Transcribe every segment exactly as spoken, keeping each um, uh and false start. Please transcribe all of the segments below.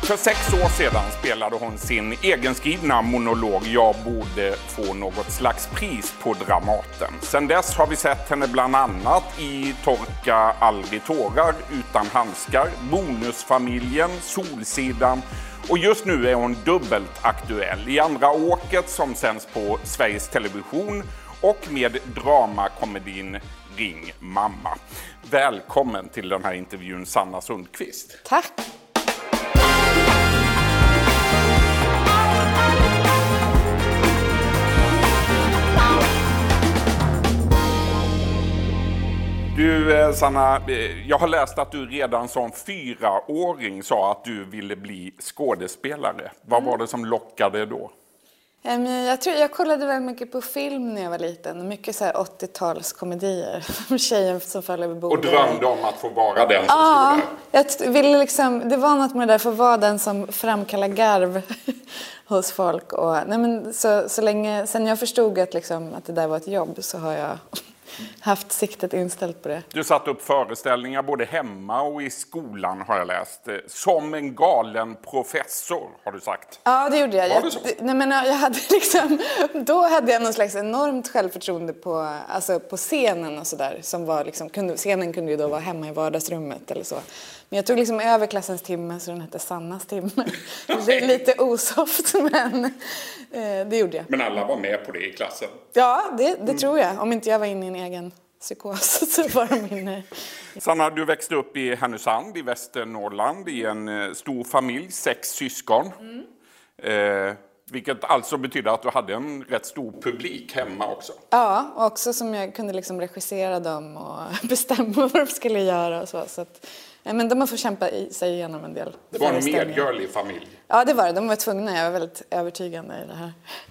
För sex år sedan spelade hon sin egenskrivna monolog Jag borde få något slags pris på Dramaten. Sen dess har vi sett henne bland annat i Torka aldrig tårar utan handskar, Bonusfamiljen, Solsidan och just nu är hon dubbelt aktuell i Andra åket som sänds på Sveriges Television och med dramakomedin Ring mamma. Välkommen till den här intervjun, Sanna Sundqvist. Tack! Du Sanna, jag har läst att du redan som fyraåring sa att du ville bli skådespelare. Vad var det som lockade då? Jag tror jag kollade väldigt mycket på film när jag var liten. Mycket så här åttiotalskomedier. Tjejen som föll över bordet. Och drömde om att få vara den som ja, skulle. Jag ville liksom, det var något med det där för att vara den som framkallar garv hos folk. Och, nej men, så, så länge, sen jag förstod att, liksom, att det där var ett jobb så har jag haft siktet inställt på det. Du satt upp föreställningar både hemma och i skolan har jag läst. Som en galen professor har du sagt. Ja, det gjorde jag. Var det så? Jag, nej, men jag hade liksom, då hade jag någon slags enormt självförtroende på, alltså på scenen och sådär. Som var liksom, kunde, scenen kunde ju då vara hemma i vardagsrummet eller så. Men jag tog liksom över klassens timme så den hette Sannas timme. Det är lite osoft men eh, det gjorde jag. Men alla var med på det i klassen? Ja, det, det mm. tror jag. Om inte jag var inne i en egen psykos så var de inne. Sanna, du växte upp i Härnösand i Västernorrland i en stor familj, sex syskon. Mm. Eh, vilket alltså betyder att du hade en rätt stor publik hemma också. Ja, och också som jag kunde liksom regissera dem och bestämma vad de skulle göra och så. Så att, men de har fått kämpa i sig igenom en del. Det var en medgörlig familj. Ja, det var det. De var tvungna. Jag var väldigt övertygande i det här.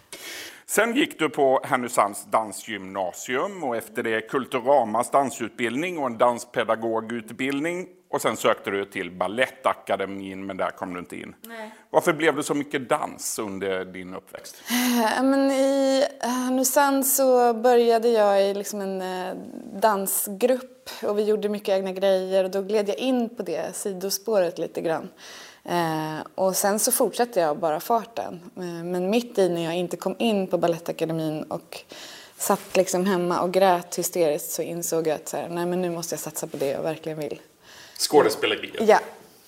Sen gick du på Härnösands dansgymnasium och efter det Kulturamas dansutbildning och en danspedagogutbildning. Och sen sökte du till Balettakademin, men där kom du inte in. Nej. Varför blev det så mycket dans under din uppväxt? Men i Härnösand så började jag i liksom en dansgrupp och vi gjorde mycket egna grejer och då gled jag in på det sidospåret lite grann. Eh, och sen så fortsatte jag bara farten. Eh, men mitt i när jag inte kom in på Balettakademin och satt liksom hemma och grät hysteriskt så insåg jag att så här, nej men nu måste jag satsa på det jag verkligen vill. Skådespeleriet? Ja.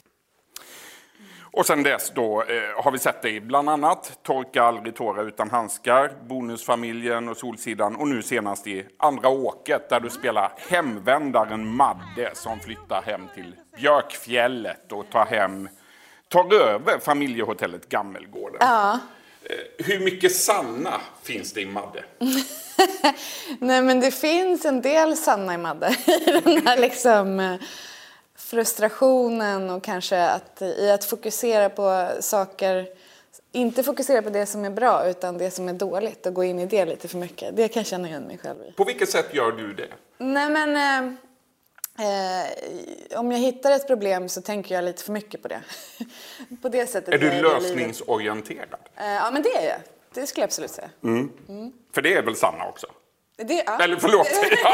Och sen dess då eh, har vi sett dig bland annat Torka aldrig tårar utan handskar, Bonusfamiljen och Solsidan och nu senast i Andra åket där du spelar hemvändaren Madde som flyttar hem till Björkfjället och tar hem tar över familjehotellet Gammelgården. Ja. Hur mycket Sanna finns det i Madde? Nej men det finns en del Sanna i Madde. I den här liksom frustrationen och kanske att, i att fokusera på saker. Inte fokusera på det som är bra utan det som är dåligt och gå in i det lite för mycket. Det kan jag känna igen mig själv i. På vilket sätt gör du det? Nej men... Eh, Eh, om jag hittar ett problem så tänker jag lite för mycket på det. På det sättet är du är lösningsorienterad? Eh, ja, men det är jag. Det skulle jag absolut säga. Mm. Mm. För det är väl Sanna också? Det, ja. Eller förlåt.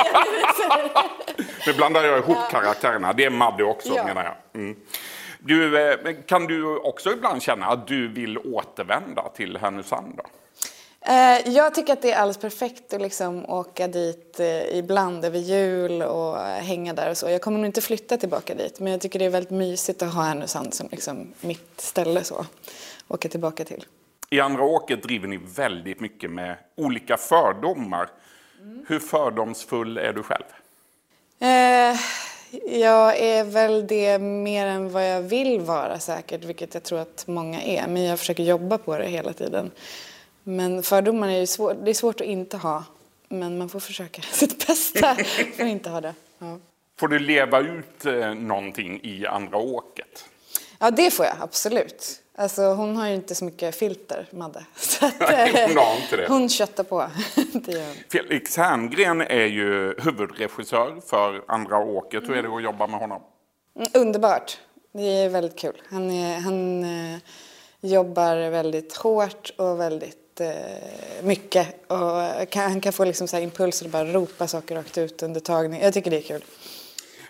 Nu blandar jag ihop ja. karaktärerna. Det är Madde också ja. menar jag. Mm. Du, kan du också ibland känna att du vill återvända till Härnösand då? Jag tycker att det är alldeles perfekt att liksom åka dit ibland över jul och hänga där och så. Jag kommer nog inte flytta tillbaka dit, men jag tycker det är väldigt mysigt att ha Härnösand som liksom mitt ställe så. Åka tillbaka till. I Andra åket driver ni väldigt mycket med olika fördomar. Mm. Hur fördomsfull är du själv? Eh, jag är väl det mer än vad jag vill vara säkert, vilket jag tror att många är. Men jag försöker jobba på det hela tiden. Men fördomar är ju svårt, det är svårt att inte ha. Men man får försöka sitt bästa för att inte ha det. Ja. Får du leva ut eh, någonting i Andra åket? Ja, det får jag, absolut. Alltså, hon har ju inte så mycket filter, Madde. Så att, Nej, hon har inte det. Hon köttar på. Det gör hon. Felix Herngren är ju huvudregissör för Andra åket. Mm. Hur är det att jobba med honom? Mm, underbart. Det är väldigt kul. Han, är, han eh, jobbar väldigt hårt och väldigt mycket och kan, han kan få liksom så här impulser och bara ropa saker rakt ut under tagning. Jag tycker det är kul.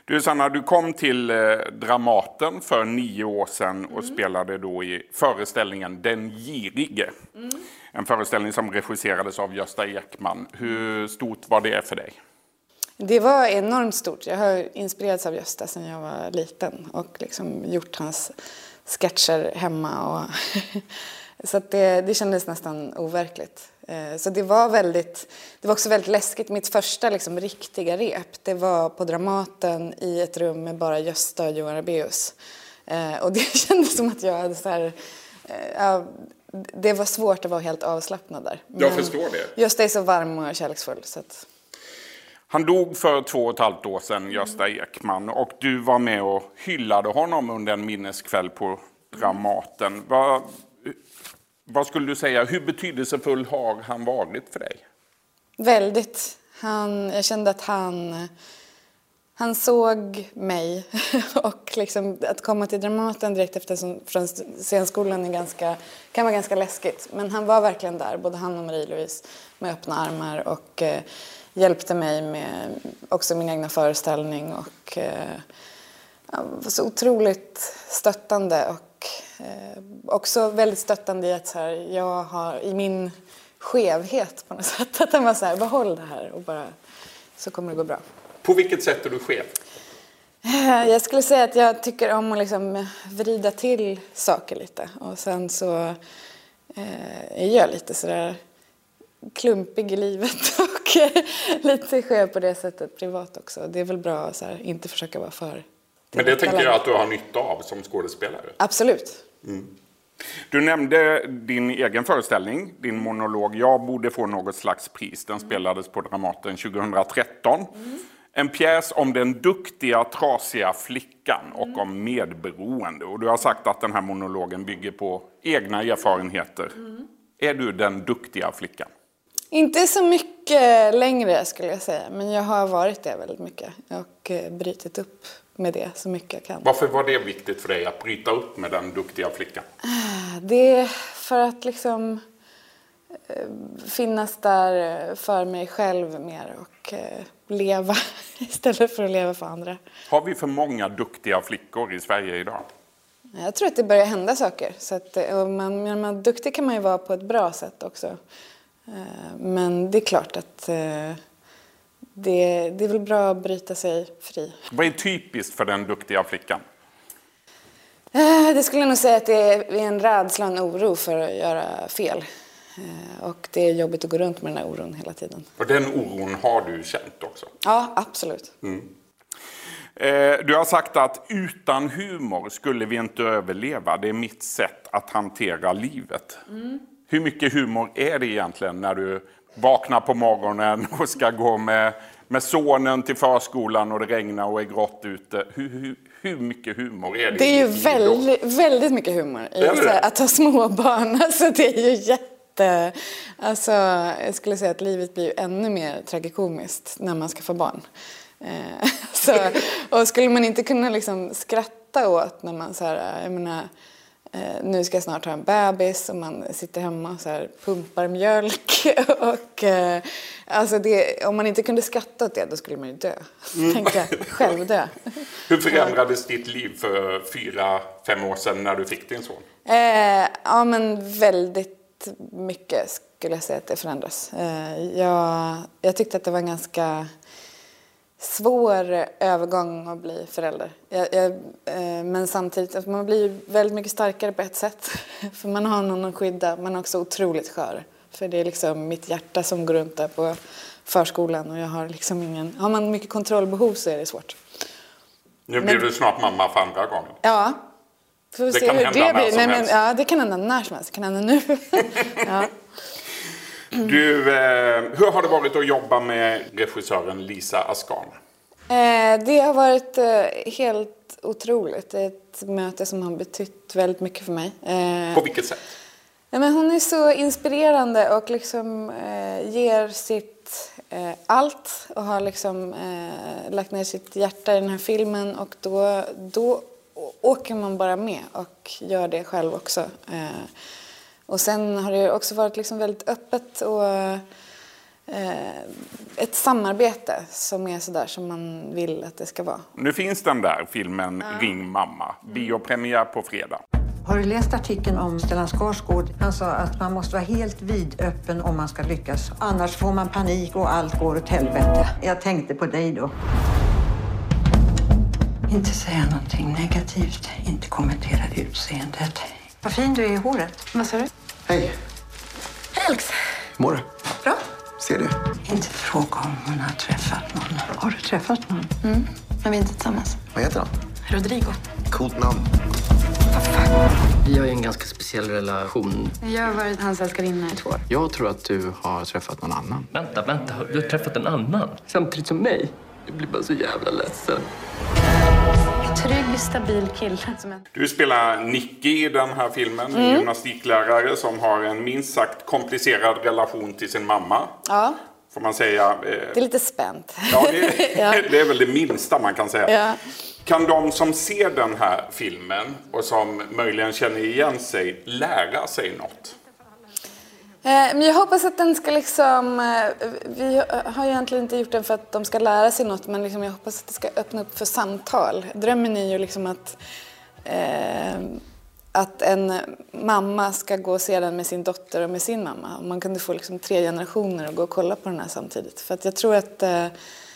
Du Sanna, du kom till eh, Dramaten för nio år sedan och mm. spelade då i föreställningen Den girige. Mm. En föreställning som regisserades av Gösta Ekman. Hur stort var det för dig? Det var enormt stort. Jag har inspirerats av Gösta sedan jag var liten och liksom gjort hans sketcher hemma. Och så att det, det kändes nästan overkligt. Så det var väldigt, det var också väldigt läskigt. Mitt första liksom riktiga rep, det var på Dramaten i ett rum med bara Gösta och Johan Rabaeus. Och det kändes som att jag hade så här, ja, det var svårt att vara helt avslappnad där. Men jag förstår det. Gösta är så varm och kärleksfull. Så att... Han dog för två och ett halvt år sedan, Gösta Ekman. Och du var med och hyllade honom under en minneskväll på Dramaten. Vad, vad skulle du säga, hur betydelsefull har han varit för dig? Väldigt. Han, jag kände att han, han såg mig. Och liksom, att komma till Dramaten direkt efter från scenskolan är ganska, kan vara ganska läskigt. Men han var verkligen där, både han och Marie-Louise, med öppna armar. Och eh, hjälpte mig med också min egna föreställning. Och eh, var så otroligt stöttande. Och eh, också väldigt stöttande i att så här, jag har i min skevhet på något sätt. Att han var så här, behåll det här och bara så kommer det gå bra. På vilket sätt är du skev? Jag skulle säga att jag tycker om att liksom vrida till saker lite. Och sen så eh, jag gör lite sådär klumpig i livet och lite skev på det sättet privat också. Det är väl bra att så här, inte försöka vara för... Men det tänker jag att du har nytta av som skådespelare. Absolut. Mm. Du nämnde din egen föreställning, din monolog Jag borde få något slags pris. Den spelades på Dramaten tjugohundratretton. Mm. En pjäs om den duktiga, trasiga flickan och mm. om medberoende. Och du har sagt att den här monologen bygger på egna erfarenheter. Mm. Är du den duktiga flickan? Inte så mycket längre skulle jag säga. Men jag har varit det väldigt mycket. Och brytit upp med det så mycket jag kan. Varför var det viktigt för dig att bryta upp med den duktiga flickan? Det är för att liksom finnas där för mig själv mer och leva istället för att leva för andra. Har vi för många duktiga flickor i Sverige idag? Jag tror att det börjar hända saker. Så att, och man, när man är duktig kan man ju vara på ett bra sätt också. Men det är klart att det, det är väl bra att bryta sig fri. Vad är typiskt för den duktiga flickan? Det skulle jag nog säga att det är en rädsla och en oro för att göra fel. Och det är jobbigt att gå runt med den här oron hela tiden. Och den oron har du känt också? Ja, absolut. Mm. Du har sagt att utan humor skulle vi inte överleva. Det är mitt sätt att hantera livet. Mm. Hur mycket humor är det egentligen när du vaknar på morgonen och ska gå med, med sonen till förskolan och det regnar och är grått ute? Hur, hur, hur mycket humor är det? Det är ju väldigt, väldigt mycket humor i att ha små barn. Alltså det är ju jätte... Alltså, jag skulle säga att livet blir ju ännu mer tragikomiskt när man ska få barn. Eh, så, och skulle man inte kunna liksom skratta åt när man så här, jag menar, eh, nu ska jag snart ha en bebis och man sitter hemma och så här pumpar mjölk och eh, alltså det, om man inte kunde skratta åt det då skulle man ju dö. Mm. Tänka själv dö. Hur förändrades ditt liv för fyra, fem år sedan när du fick din son? Eh, ja men väldigt mycket skulle jag säga att det förändras. Eh, jag, jag tyckte att det var en ganska svår övergång att bli förälder. Jag, jag, eh, men samtidigt att man blir väldigt mycket starkare på ett sätt. För man har någon att skydda. Man är också otroligt skör. För det är liksom mitt hjärta som går runt där på förskolan. Och jag har liksom ingen... Har man mycket kontrollbehov så är det svårt. Nu blir men, du snart mamma för andra gången. Ja. Får det se kan hur hända det blir. när som Nej, helst. Men, ja, det kan hända när som helst. Det kan hända nu. Ja. Du, eh, hur har det varit att jobba med regissören Lisa Askan? Eh, det har varit eh, helt otroligt. Det är ett möte som har betytt väldigt mycket för mig. Eh, På vilket sätt? Ja, men hon är så inspirerande och liksom, eh, ger sitt eh, allt. Och har liksom, eh, lagt ner sitt hjärta i den här filmen. Och då, då åker man bara med och gör det själv också. Eh, Och sen har det också varit liksom väldigt öppet och ett samarbete som är sådär som man vill att det ska vara. Nu finns den där filmen ja. Ring mamma. Biopremiär på fredag. Har du läst artikeln om Stellan Skarsgård? Han sa att man måste vara helt vidöppen om man ska lyckas. Annars får man panik och allt går åt helvete. Jag tänkte på dig då. Inte säga någonting negativt. Inte kommentera utseendet. Vad fin du är i håret. Vad sa du? Hej. Hej Alex. Hur mår du? Bra. Ser du? Inte fråga om hon har träffat någon. Har du träffat någon? Mm, men vi är inte tillsammans. Vad heter han? Rodrigo. Coolt namn. Vi har ju en ganska speciell relation. Jag har varit hans älskarinna i två år. Jag tror att du har träffat någon annan. Vänta, vänta. Du har träffat en annan? Samtidigt som mig? Jag blir bara så jävla ledsen. Trygg, stabil kille. Du spelar Nicky i den här filmen. En mm. gymnastiklärare som har en minst sagt komplicerad relation till sin mamma. Ja. Får man säga. Eh... Det är lite spänt. Ja, det är, ja. det är väl det minsta man kan säga. Ja. Kan de som ser den här filmen och som möjligen känner igen sig lära sig något? Men jag hoppas att den ska liksom, vi har ju egentligen inte gjort den för att de ska lära sig något, men liksom jag hoppas att det ska öppna upp för samtal. Drömmen är ju liksom att, eh, att en mamma ska gå och se den med sin dotter och med sin mamma. Och man kunde få liksom tre generationer att gå och kolla på den här samtidigt. För att jag tror att eh,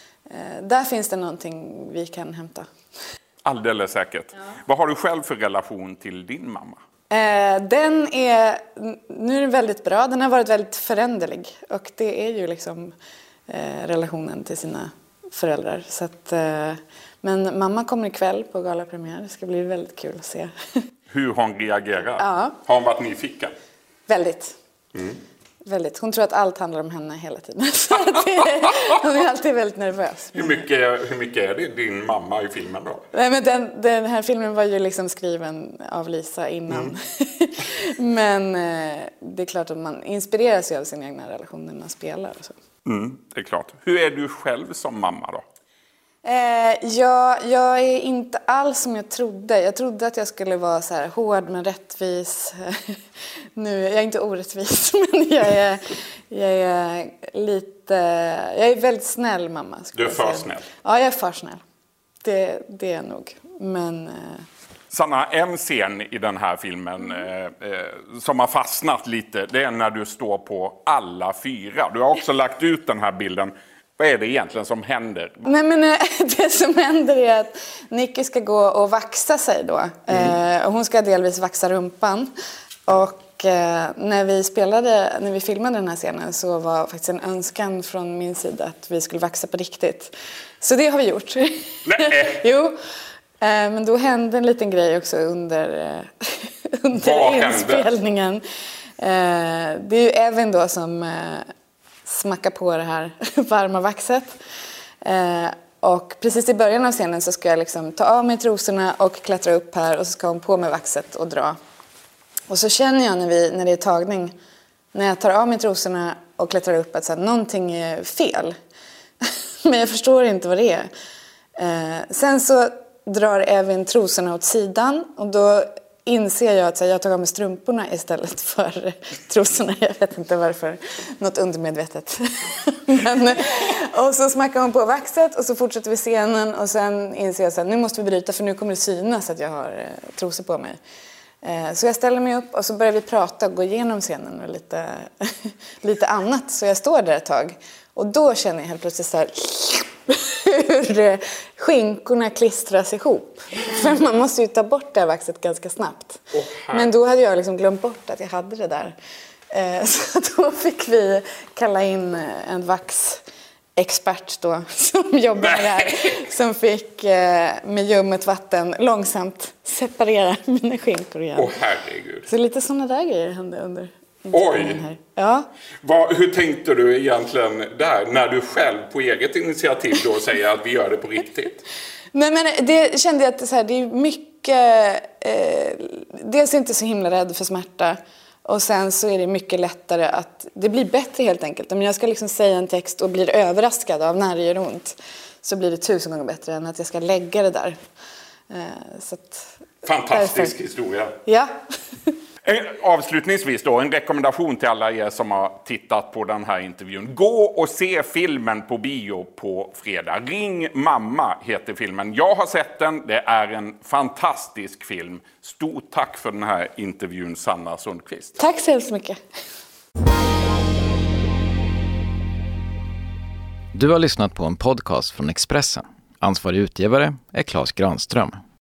där finns det någonting vi kan hämta. Alldeles säkert. Ja. Vad har du själv för relation till din mamma? Eh, den är, nu är den väldigt bra. Den har varit väldigt föränderlig. Och det är ju liksom eh, relationen till sina föräldrar. Så att, eh, men mamma kommer ikväll på galapremiär. Det ska bli väldigt kul att se. Hur hon reagerar? Ja. Har hon varit nyfiken? Väldigt. Mm. Väldigt. Hon tror att allt handlar om henne hela tiden. Så det, hon är alltid väldigt nervös. Hur mycket, hur mycket är det din mamma i filmen då? Nej, men den, den här filmen var ju liksom skriven av Lisa innan. Mm. Men eh, det är klart att man inspireras ju av sin egna relation när man spelar. Och så. Mm, det är klart. Hur är du själv som mamma då? Eh, jag, jag är inte alls som jag trodde. Jag trodde att jag skulle vara så här hård men rättvis. Nu, jag är inte orättvis, men jag är, jag är lite... Jag är väldigt snäll mamma. Du är för snäll? Ja, jag är för snäll. Det, det är jag nog. Men... Eh... Sanna, en scen i den här filmen eh, eh, som har fastnat lite, det är när du står på alla fyra. Du har också lagt ut den här bilden. Vad är det egentligen som händer? Nej, men det som händer är att Nicky ska gå och vaxa sig då. Mm. Eh, hon ska delvis vaxa rumpan. Och eh, när vi spelade, när vi filmade den här scenen så var faktiskt en önskan från min sida att vi skulle vaxa på riktigt. Så det har vi gjort. Nej. Jo. Eh, men då hände en liten grej också under, eh, under inspelningen. Eh, det är ju Evin då som... Eh, smacka på det här varma vaxet. Eh, och precis i början av scenen så ska jag liksom ta av mig trosorna och klättra upp här. Och så ska hon på med vaxet och dra. Och så känner jag när, vi, när det är tagning, när jag tar av mig trosorna och klättrar upp, att så här, någonting är fel. Men jag förstår inte vad det är. Eh, sen så drar Evin trosorna åt sidan och då inser jag att så här, jag tar av mig strumporna istället för trosorna. Jag vet inte varför. Något undermedvetet. Men, och så smackar hon på vaxet och så fortsätter vi scenen. Och sen inser jag att nu måste vi bryta för nu kommer det synas att jag har eh, trosor på mig. Eh, så jag ställer mig upp och så börjar vi prata och gå igenom scenen och lite, lite annat. Så jag står där ett tag. Och då känner jag helt plötsligt så här... hur skinkorna klistras ihop. För man måste ju ta bort det här vaxet ganska snabbt. Oh, men då hade jag liksom glömt bort att jag hade det där. Eh, så då fick vi kalla in en vaxexpert då, som jobbar med det här. Som fick eh, med ljummet vatten långsamt separera mina skinkor igen. Åh oh, herregud. Så lite sådana där grejer hände under... Oj! Här. Ja. Vad, hur tänkte du egentligen där när du själv på eget initiativ då säger att vi gör det på riktigt? Nej, men det kände jag att så här, det är mycket... Eh, dels är jag inte så himla rädd för smärta. Och sen så är det mycket lättare att... Det blir bättre helt enkelt. Om jag ska liksom säga en text och blir överraskad av när det gör ont så blir det tusen gånger bättre än att jag ska lägga det där. Eh, så att, fantastisk därför. Historia. Ja. Avslutningsvis då, en rekommendation till alla er som har tittat på den här intervjun. Gå och se filmen på bio på fredag. Ring mamma heter filmen. Jag har sett den, det är en fantastisk film. Stort tack för den här intervjun, Sanna Sundqvist. Tack så hemskt mycket. Du har lyssnat på en podcast från Expressen. Ansvarig utgivare är Claes Granström.